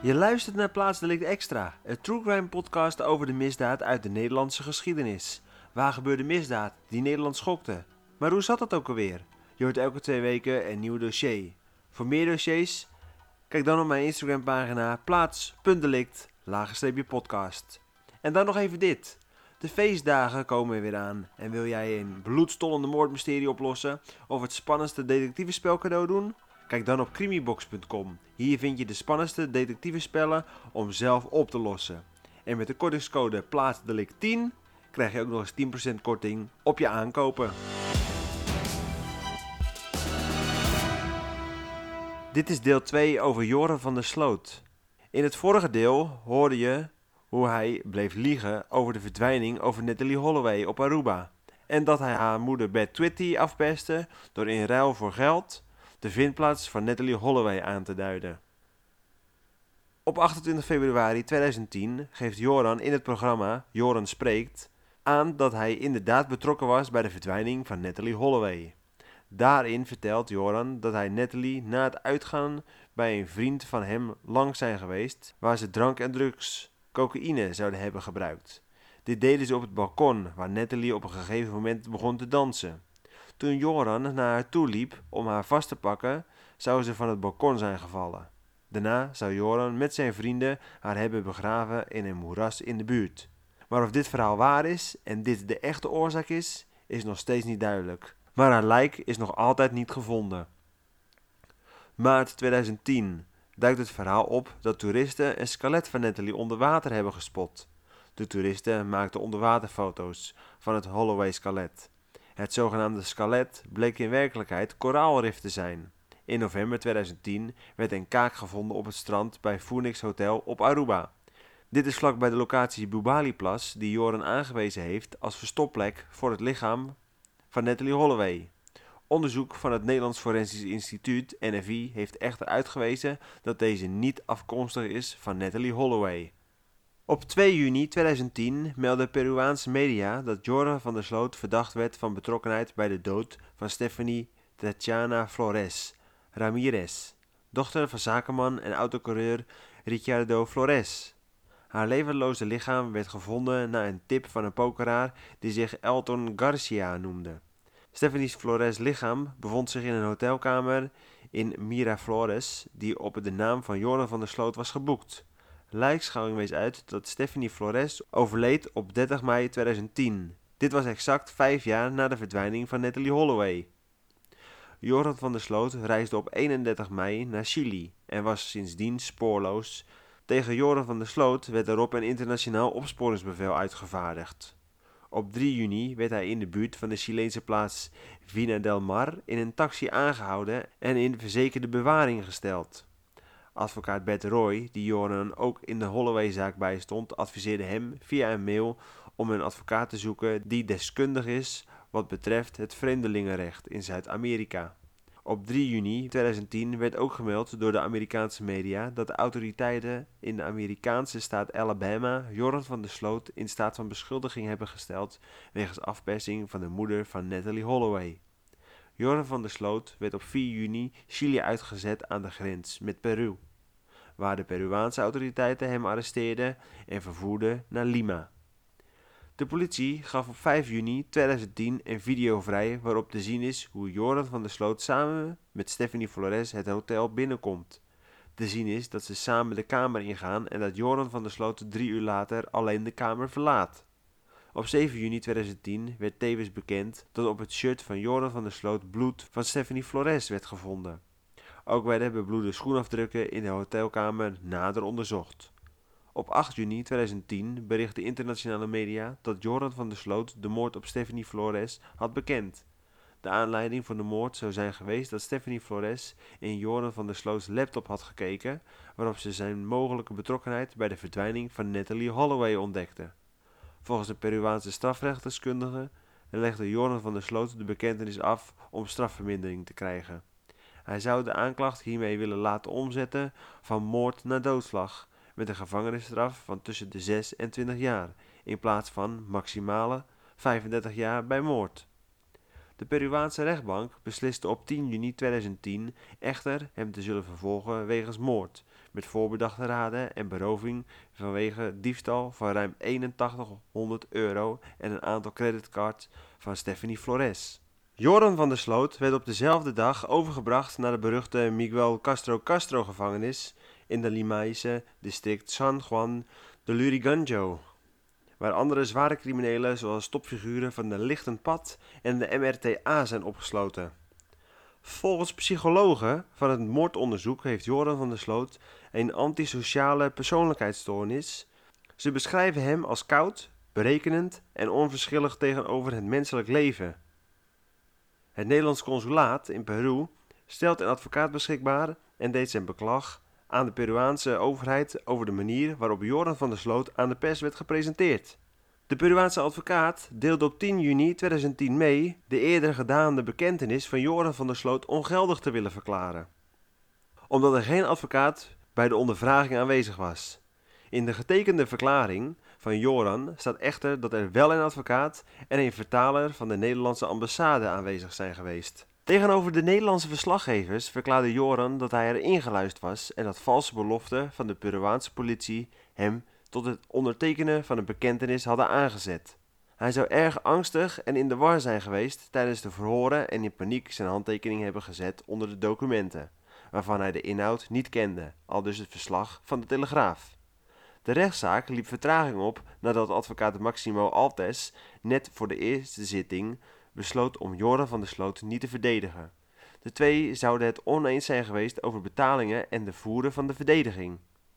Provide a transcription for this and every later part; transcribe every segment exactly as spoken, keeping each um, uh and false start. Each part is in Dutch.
Je luistert naar Plaatsdelict Extra, een true crime podcast over de misdaad uit de Nederlandse geschiedenis. Waar gebeurde misdaad die Nederland schokte? Maar hoe zat dat ook alweer? Je hoort elke twee weken een nieuw dossier. Voor meer dossiers, kijk dan op mijn Instagram pagina plaats.delict, laagstreepje podcast. En dan nog even dit. De feestdagen komen weer aan en wil jij een bloedstollende moordmysterie oplossen of het spannendste detectivespel cadeau doen? Kijk dan op crimibox punt com. Hier vind je de spannendste detectivespellen om zelf op te lossen. En met de kortingscode plaatsdelict tien krijg je ook nog eens tien procent korting op je aankopen. Dit is deel twee over Joran van der Sloot. In het vorige deel hoorde je hoe hij bleef liegen over de verdwijning over Natalie Holloway op Aruba. En dat hij haar moeder Beth Twitty afperste door in ruil voor geld de vindplaats van Natalie Holloway aan te duiden. Op achtentwintig februari tweeduizend tien geeft Joran in het programma Joran Spreekt aan dat hij inderdaad betrokken was bij de verdwijning van Natalie Holloway. Daarin vertelt Joran dat hij Natalie na het uitgaan bij een vriend van hem langs zijn geweest, waar ze drank en drugs, cocaïne zouden hebben gebruikt. Dit deden ze op het balkon, waar Natalie op een gegeven moment begon te dansen. Toen Joran naar haar toe liep om haar vast te pakken, zou ze van het balkon zijn gevallen. Daarna zou Joran met zijn vrienden haar hebben begraven in een moeras in de buurt. Maar of dit verhaal waar is en dit de echte oorzaak is, is nog steeds niet duidelijk. Maar haar lijk is nog altijd niet gevonden. Maart tweeduizend tien duikt het verhaal op dat toeristen een skelet van Natalie onder water hebben gespot. De toeristen maakten onderwaterfoto's van het Holloway-skelet. Het zogenaamde skelet bleek in werkelijkheid koraalrif te zijn. In november tweeduizend tien werd een kaak gevonden op het strand bij Phoenix Hotel op Aruba. Dit is vlakbij de locatie Bubali-plas die Joran aangewezen heeft als verstopplek voor het lichaam van Natalie Holloway. Onderzoek van het Nederlands Forensisch Instituut, N F I, heeft echter uitgewezen dat deze niet afkomstig is van Natalie Holloway. Op twee juni tweeduizend tien meldde Peruaanse media dat Joran van der Sloot verdacht werd van betrokkenheid bij de dood van Stephanie Tatiana Flores Ramirez, dochter van zakenman en autocoureur Ricardo Flores. Haar levenloze lichaam werd gevonden na een tip van een pokeraar die zich Elton Garcia noemde. Stephanie Flores' lichaam bevond zich in een hotelkamer in Miraflores die op de naam van Joran van der Sloot was geboekt. Lijkschouwing wees uit dat Stephanie Flores overleed op dertig mei tweeduizend tien. Dit was exact vijf jaar na de verdwijning van Natalie Holloway. Joran van der Sloot reisde op eenendertig mei naar Chili en was sindsdien spoorloos. Tegen Joran van der Sloot werd daarop een internationaal opsporingsbevel uitgevaardigd. Op drie juni werd hij in de buurt van de Chileense plaats Vina del Mar in een taxi aangehouden en in verzekerde bewaring gesteld. Advocaat Bert Roy, die Joran ook in de Holloway-zaak bijstond, adviseerde hem via een mail om een advocaat te zoeken die deskundig is wat betreft het vreemdelingenrecht in Zuid-Amerika. Op drie juni tweeduizend tien werd ook gemeld door de Amerikaanse media dat de autoriteiten in de Amerikaanse staat Alabama Joran van der Sloot in staat van beschuldiging hebben gesteld wegens afpersing van de moeder van Natalie Holloway. Joran van der Sloot werd op vier juni Chili uitgezet aan de grens met Peru, waar de Peruaanse autoriteiten hem arresteerden en vervoerden naar Lima. De politie gaf op vijf juni tweeduizend tien een video vrij waarop te zien is hoe Joran van der Sloot samen met Stephanie Flores het hotel binnenkomt. Te zien is dat ze samen de kamer ingaan en dat Joran van der Sloot drie uur later alleen de kamer verlaat. Op zeven juni tweeduizend tien werd tevens bekend dat op het shirt van Joran van der Sloot bloed van Stephanie Flores werd gevonden. Ook werden bebloede schoenafdrukken in de hotelkamer nader onderzocht. Op acht juni tweeduizend tien berichtten internationale media dat Joran van der Sloot de moord op Stephanie Flores had bekend. De aanleiding voor de moord zou zijn geweest dat Stephanie Flores in Joran van der Sloot's laptop had gekeken, waarop ze zijn mogelijke betrokkenheid bij de verdwijning van Natalie Holloway ontdekte. Volgens een Peruaanse strafrechtdeskundige legde Joran van der Sloot de bekentenis af om strafvermindering te krijgen. Hij zou de aanklacht hiermee willen laten omzetten van moord naar doodslag, met een gevangenisstraf van tussen de zes en twintig jaar, in plaats van maximale vijfendertig jaar bij moord. De Peruaanse rechtbank besliste op tien juni tweeduizend tien echter hem te zullen vervolgen wegens moord, met voorbedachte raden en beroving vanwege diefstal van ruim eenentachtighonderd euro en een aantal creditcards van Stephanie Flores. Joran van der Sloot werd op dezelfde dag overgebracht naar de beruchte Miguel Castro Castro gevangenis in de Limaïse district San Juan de Lurigancho, waar andere zware criminelen zoals topfiguren van de Lichtend Pad en de M R T A zijn opgesloten. Volgens psychologen van het moordonderzoek heeft Joran van der Sloot een antisociale persoonlijkheidsstoornis. Ze beschrijven hem als koud, berekenend en onverschillig tegenover het menselijk leven. Het Nederlands consulaat in Peru stelt een advocaat beschikbaar en deed zijn beklag aan de Peruaanse overheid over de manier waarop Joran van der Sloot aan de pers werd gepresenteerd. De Peruaanse advocaat deelde op tien juni tweeduizend tien mee de eerder gedane bekentenis van Joran van der Sloot ongeldig te willen verklaren, omdat er geen advocaat bij de ondervraging aanwezig was. In de getekende verklaring van Joran staat echter dat er wel een advocaat en een vertaler van de Nederlandse ambassade aanwezig zijn geweest. Tegenover de Nederlandse verslaggevers verklaarde Joran dat hij er ingeluisterd was en dat valse beloften van de Peruaanse politie hem tot het ondertekenen van een bekentenis hadden aangezet. Hij zou erg angstig en in de war zijn geweest tijdens de verhoren en in paniek zijn handtekening hebben gezet onder de documenten, waarvan hij de inhoud niet kende, aldus het verslag van de Telegraaf. De rechtszaak liep vertraging op nadat advocaat Maximo Altes net voor de eerste zitting besloot om Joran van der Sloot niet te verdedigen. De twee zouden het oneens zijn geweest over betalingen en de voeren van de verdediging.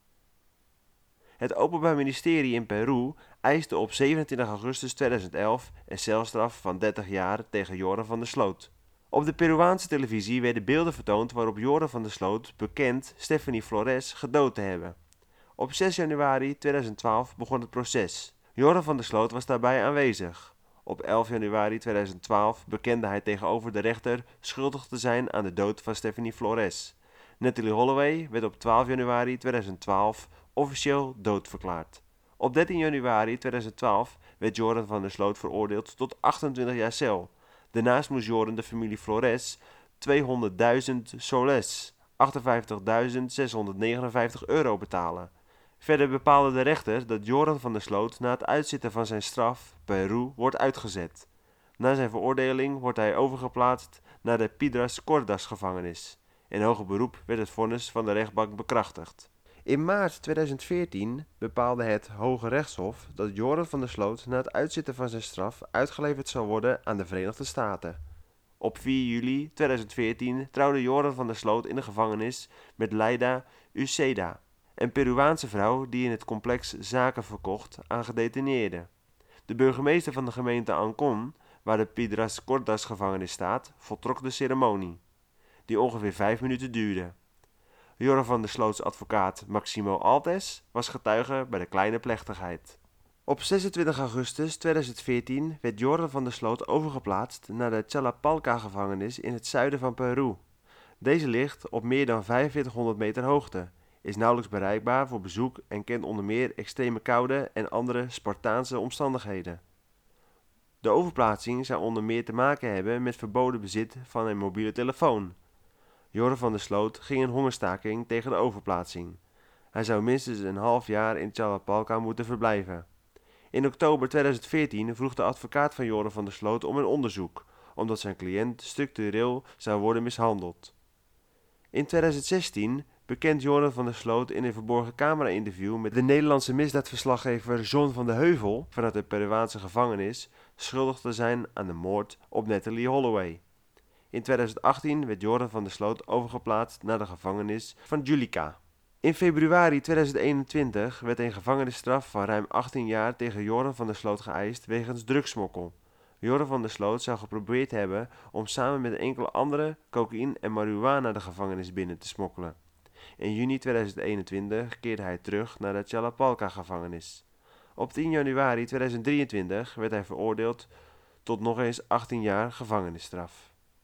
Het Openbaar Ministerie in Peru eiste op zevenentwintig augustus tweeduizend elf een celstraf van dertig jaar tegen Joran van der Sloot. Op de Peruaanse televisie werden beelden vertoond waarop Joran van der Sloot bekend Stephanie Flores gedood te hebben. Op zes januari tweeduizend twaalf begon het proces. Joran van der Sloot was daarbij aanwezig. Op elf januari tweeduizend twaalf bekende hij tegenover de rechter schuldig te zijn aan de dood van Stephanie Flores. Natalee Holloway werd op twaalf januari tweeduizend twaalf officieel doodverklaard. Op dertien januari tweeduizend twaalf werd Joran van der Sloot veroordeeld tot achtentwintig jaar cel. Daarnaast moest Joran de familie Flores tweehonderdduizend soles, achtenvijftigduizend zeshonderdnegenenvijftig euro betalen. Verder bepaalde de rechter dat Joran van der Sloot na het uitzitten van zijn straf Peru wordt uitgezet. Na zijn veroordeling wordt hij overgeplaatst naar de Piedras Cordas gevangenis. In hoger beroep werd het vonnis van de rechtbank bekrachtigd. In maart tweeduizend veertien bepaalde het Hoge Rechtshof dat Joran van der Sloot na het uitzitten van zijn straf uitgeleverd zou worden aan de Verenigde Staten. Op vier juli tweeduizend veertien trouwde Joran van der Sloot in de gevangenis met Leida Uceda, een Peruaanse vrouw die in het complex zaken verkocht aan gedetineerden. De burgemeester van de gemeente Ancon, waar de Piedras Cordas gevangenis staat, voltrok de ceremonie, die ongeveer vijf minuten duurde. Joran van der Sloots advocaat Maximo Altes was getuige bij de kleine plechtigheid. Op zesentwintig augustus tweeduizend veertien werd Joran van der Sloot overgeplaatst naar de Chapalca-gevangenis in het zuiden van Peru. Deze ligt op meer dan vijfenveertighonderd meter hoogte, is nauwelijks bereikbaar voor bezoek en kent onder meer extreme koude en andere Spartaanse omstandigheden. De overplaatsing zou onder meer te maken hebben met verboden bezit van een mobiele telefoon. Joran van der Sloot ging in hongerstaking tegen de overplaatsing. Hij zou minstens een half jaar in Chapalca moeten verblijven. In oktober tweeduizend veertien vroeg de advocaat van Joran van der Sloot om een onderzoek, omdat zijn cliënt structureel zou worden mishandeld. In tweeduizend zestien bekent Joran van der Sloot in een verborgen camera-interview met de Nederlandse misdaadverslaggever John van de Heuvel vanuit de Peruaanse gevangenis schuldig te zijn aan de moord op Natalee Holloway. In tweeduizend achttien werd Joran van der Sloot overgeplaatst naar de gevangenis van Julica. In februari tweeduizend eenentwintig werd een gevangenisstraf van ruim achttien jaar tegen Joran van der Sloot geëist wegens drugsmokkel. Joran van der Sloot zou geprobeerd hebben om samen met enkele anderen cocaïne en marihuana de gevangenis binnen te smokkelen. In juni tweeduizend eenentwintig keerde hij terug naar de Chapalca-gevangenis. Op tien januari tweeduizend drieëntwintig werd hij veroordeeld tot nog eens achttien jaar gevangenisstraf.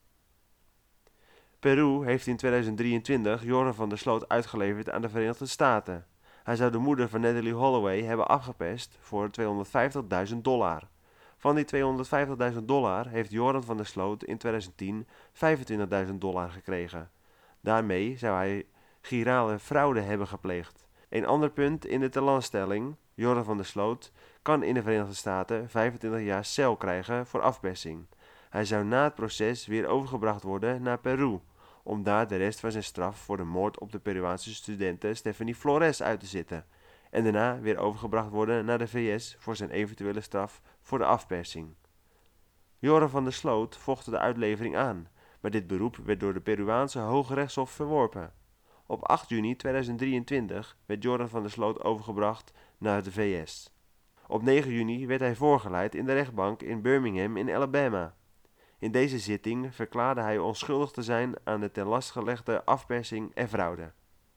Peru heeft in tweeduizend drieëntwintig Joran van der Sloot uitgeleverd aan de Verenigde Staten. Hij zou de moeder van Natalee Holloway hebben afgepest voor tweehonderdvijftigduizend dollar. Van die tweehonderdvijftigduizend dollar heeft Joran van der Sloot in tweeduizend tien vijfentwintigduizend dollar gekregen. Daarmee zou hij chirale fraude hebben gepleegd. Een ander punt in de telanstelling: Joran van der Sloot kan in de Verenigde Staten vijfentwintig jaar cel krijgen voor afpersing. Hij zou na het proces weer overgebracht worden naar Peru, om daar de rest van zijn straf voor de moord op de Peruaanse studente Stephanie Flores uit te zitten, en daarna weer overgebracht worden naar de V S voor zijn eventuele straf voor de afpersing. Joran van der Sloot vocht de uitlevering aan, maar dit beroep werd door de Peruaanse Hoge Rechtshof verworpen. Op acht juni tweeduizend drieëntwintig werd Joran van der Sloot overgebracht naar de V S. Op negen juni werd hij voorgeleid in de rechtbank in Birmingham in Alabama. In deze zitting verklaarde hij onschuldig te zijn aan de ten laste gelegde afpersing en fraude.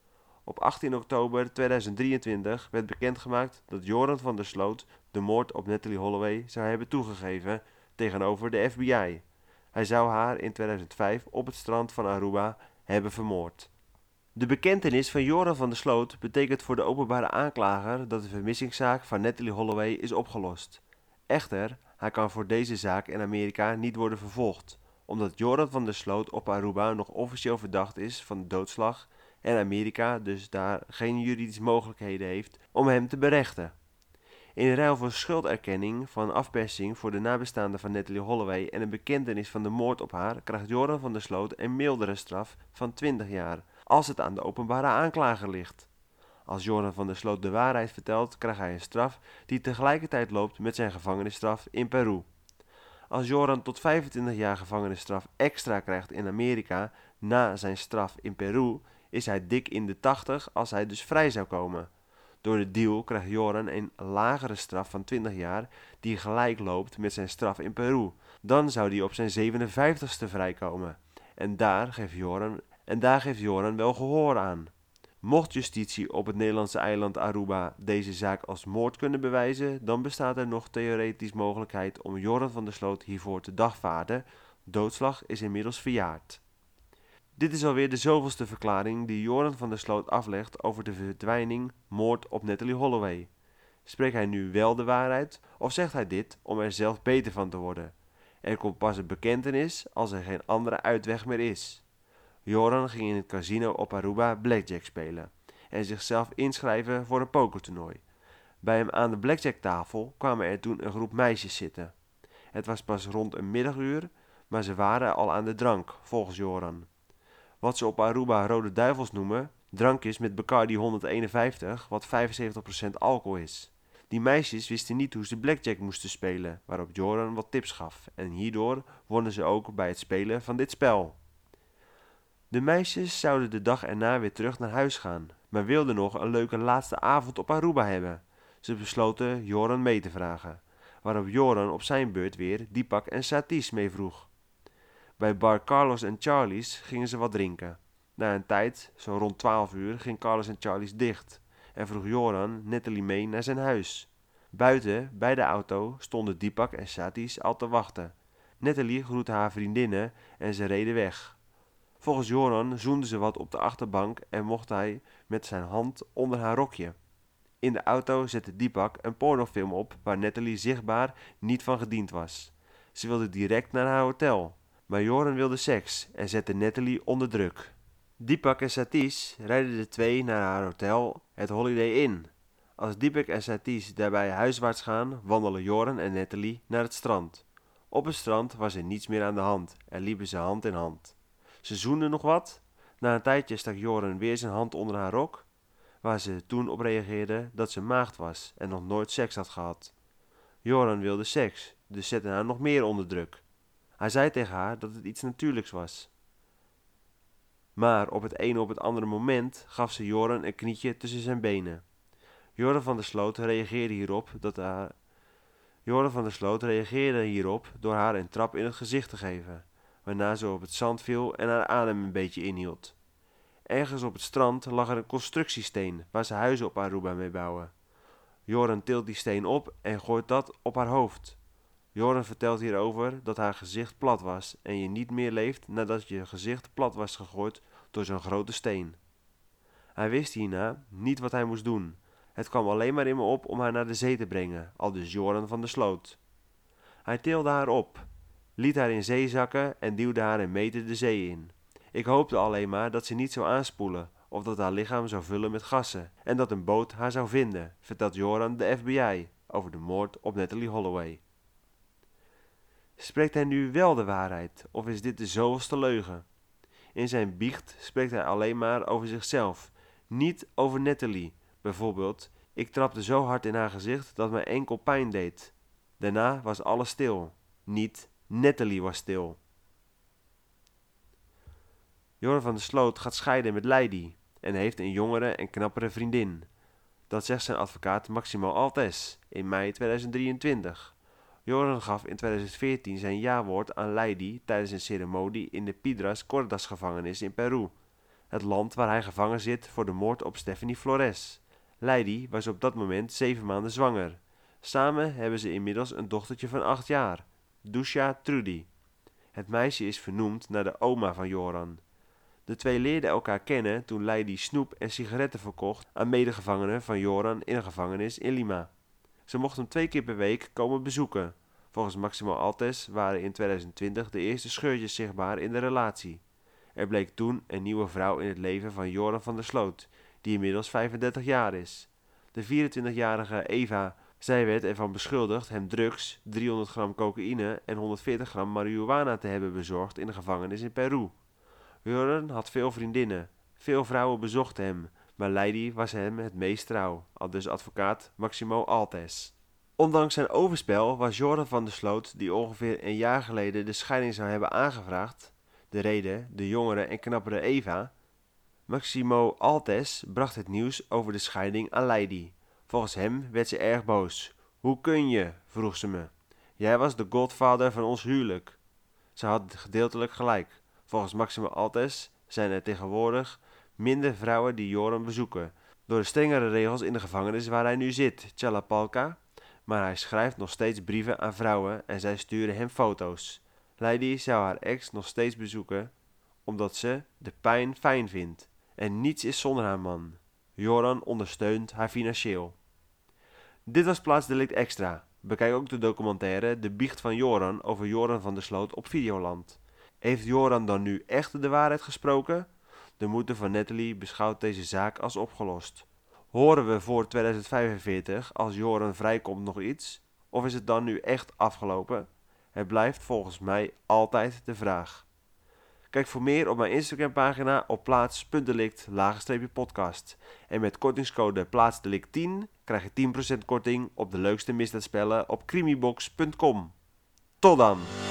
Op achttien oktober tweeduizend drieëntwintig werd bekendgemaakt dat Joran van der Sloot de moord op Natalee Holloway zou hebben toegegeven tegenover de F B I. Hij zou haar in tweeduizend vijf op het strand van Aruba hebben vermoord. De bekentenis van Joran van der Sloot betekent voor de openbare aanklager dat de vermissingszaak van Natalee Holloway is opgelost. Echter, hij kan voor deze zaak in Amerika niet worden vervolgd, omdat Joran van der Sloot op Aruba nog officieel verdacht is van de doodslag en Amerika dus daar geen juridische mogelijkheden heeft om hem te berechten. In ruil voor schulderkenning van afpersing voor de nabestaanden van Natalee Holloway en een bekentenis van de moord op haar krijgt Joran van der Sloot een mildere straf van twintig jaar, als het aan de openbare aanklager ligt. Als Joran van der Sloot de waarheid vertelt, krijgt hij een straf die tegelijkertijd loopt met zijn gevangenisstraf in Peru. Als Joran tot vijfentwintig jaar gevangenisstraf extra krijgt in Amerika na zijn straf in Peru, is hij dik in de tachtig als hij dus vrij zou komen. Door de deal krijgt Joran een lagere straf van twintig jaar die gelijk loopt met zijn straf in Peru. Dan zou hij op zijn zevenenvijftigste vrijkomen. En daar geeft Joran, en daar geeft Joran wel gehoor aan. Mocht justitie op het Nederlandse eiland Aruba deze zaak als moord kunnen bewijzen, dan bestaat er nog theoretisch mogelijkheid om Joran van der Sloot hiervoor te dagvaarden. Doodslag is inmiddels verjaard. Dit is alweer de zoveelste verklaring die Joran van der Sloot aflegt over de verdwijning, moord op Natalee Holloway. Spreekt hij nu wel de waarheid of zegt hij dit om er zelf beter van te worden? Er komt pas een bekentenis als er geen andere uitweg meer is. Joran ging in het casino op Aruba blackjack spelen en zichzelf inschrijven voor een pokertoernooi. Bij hem aan de blackjacktafel kwamen er toen een groep meisjes zitten. Het was pas rond een middaguur, maar ze waren al aan de drank, volgens Joran. Wat ze op Aruba rode duivels noemen, drankjes met Bacardi honderdeenenvijftig, wat vijfenzeventig procent alcohol is. Die meisjes wisten niet hoe ze blackjack moesten spelen, waarop Joran wat tips gaf en hierdoor wonnen ze ook bij het spelen van dit spel. De meisjes zouden de dag erna weer terug naar huis gaan, maar wilden nog een leuke laatste avond op Aruba hebben. Ze besloten Joran mee te vragen, waarop Joran op zijn beurt weer Deepak en Satish meevroeg. Bij bar Carlos en Charlie's gingen ze wat drinken. Na een tijd, zo rond twaalf uur, ging Carlos en Charlie's dicht en vroeg Joran Natalee mee naar zijn huis. Buiten, bij de auto, stonden Deepak en Satish al te wachten. Natalee groette haar vriendinnen en ze reden weg. Volgens Joran zoenden ze wat op de achterbank en mocht hij met zijn hand onder haar rokje. In de auto zette Deepak een pornofilm op waar Natalee zichtbaar niet van gediend was. Ze wilde direct naar haar hotel, maar Joran wilde seks en zette Natalee onder druk. Deepak en Satish rijden de twee naar haar hotel, het Holiday Inn. Als Deepak en Satish daarbij huiswaarts gaan, wandelen Joran en Natalee naar het strand. Op het strand was er niets meer aan de hand en liepen ze hand in hand. Ze zoenden nog wat. Na een tijdje stak Joran weer zijn hand onder haar rok, waar ze toen op reageerde dat ze maagd was en nog nooit seks had gehad. Joran wilde seks, dus zette haar nog meer onder druk. Hij zei tegen haar dat het iets natuurlijks was. Maar op het ene op het andere moment gaf ze Joran een knietje tussen zijn benen. Joran van der Sloot reageerde hierop, dat haar... Joran van der Sloot reageerde hierop door haar een trap in het gezicht te geven, waarna ze op het zand viel en haar adem een beetje inhield. Ergens op het strand lag er een constructiesteen waar ze huizen op Aruba mee bouwen. Joran tilt die steen op en gooit dat op haar hoofd. Joran vertelt hierover dat haar gezicht plat was en je niet meer leeft nadat je gezicht plat was gegooid door zo'n grote steen. Hij wist hierna niet wat hij moest doen. Het kwam alleen maar in me op om haar naar de zee te brengen, aldus Joran van der Sloot. Hij tilde haar op, liet haar in zee zakken en duwde haar een meter de zee in. Ik hoopte alleen maar dat ze niet zou aanspoelen of dat haar lichaam zou vullen met gassen en dat een boot haar zou vinden, vertelt Joran de F B I over de moord op Natalee Holloway. Spreekt hij nu wel de waarheid of is dit de zoveelste leugen? In zijn biecht spreekt hij alleen maar over zichzelf, niet over Natalee. Bijvoorbeeld, ik trapte zo hard in haar gezicht dat mijn enkel pijn deed. Daarna was alles stil. Niet Natalee was stil. Joran van der Sloot gaat scheiden met Lady en heeft een jongere en knappere vriendin. Dat zegt zijn advocaat Maximo Altes in mei tweeduizend drieëntwintig. Joran gaf in tweeduizend veertien zijn jawoord aan Lady tijdens een ceremonie in de Piedras Cordas gevangenis in Peru, het land waar hij gevangen zit voor de moord op Stephanie Flores. Lady was op dat moment zeven maanden zwanger. Samen hebben ze inmiddels een dochtertje van acht jaar, Dusha Trudy. Het meisje is vernoemd naar de oma van Joran. De twee leerden elkaar kennen toen Lady snoep en sigaretten verkocht aan medegevangenen van Joran in een gevangenis in Lima. Ze mocht hem twee keer per week komen bezoeken. Volgens Maximo Altes waren in tweeduizend twintig de eerste scheurtjes zichtbaar in de relatie. Er bleek toen een nieuwe vrouw in het leven van Joran van der Sloot, die inmiddels vijfendertig jaar is. De vierentwintigjarige Eva, zij werd ervan beschuldigd hem drugs, driehonderd gram cocaïne en honderdveertig gram marihuana te hebben bezorgd in de gevangenis in Peru. Joran had veel vriendinnen, veel vrouwen bezochten hem, maar Lady was hem het meest trouw, aldus advocaat Maximo Altes. Ondanks zijn overspel was Joran van der Sloot, die ongeveer een jaar geleden de scheiding zou hebben aangevraagd, de reden de jongere en knappere Eva. Maximo Altes bracht het nieuws over de scheiding aan Lady. Volgens hem werd ze erg boos. Hoe kun je, vroeg ze me. Jij was de godvader van ons huwelijk. Ze had gedeeltelijk gelijk. Volgens Maximo Altes zijn er tegenwoordig minder vrouwen die Joran bezoeken, door de strengere regels in de gevangenis waar hij nu zit, Tjalapalca, maar hij schrijft nog steeds brieven aan vrouwen en zij sturen hem foto's. Lady zou haar ex nog steeds bezoeken, omdat ze de pijn fijn vindt en niets is zonder haar man. Joran ondersteunt haar financieel. Dit was Plaatsdelict Extra. Bekijk ook de documentaire De Biecht van Joran over Joran van der Sloot op Videoland. Heeft Joran dan nu echt de waarheid gesproken? De moeder van Natalee beschouwt deze zaak als opgelost. Horen we voor tweeduizend vijfenveertig, als Joran vrijkomt, nog iets? Of is het dan nu echt afgelopen? Het blijft volgens mij altijd de vraag. Kijk voor meer op mijn Instagram pagina op plaats.delict podcast. En met kortingscode plaatsdelict tien krijg je tien procent korting op de leukste misdaadspellen op crimibox punt com. Tot dan!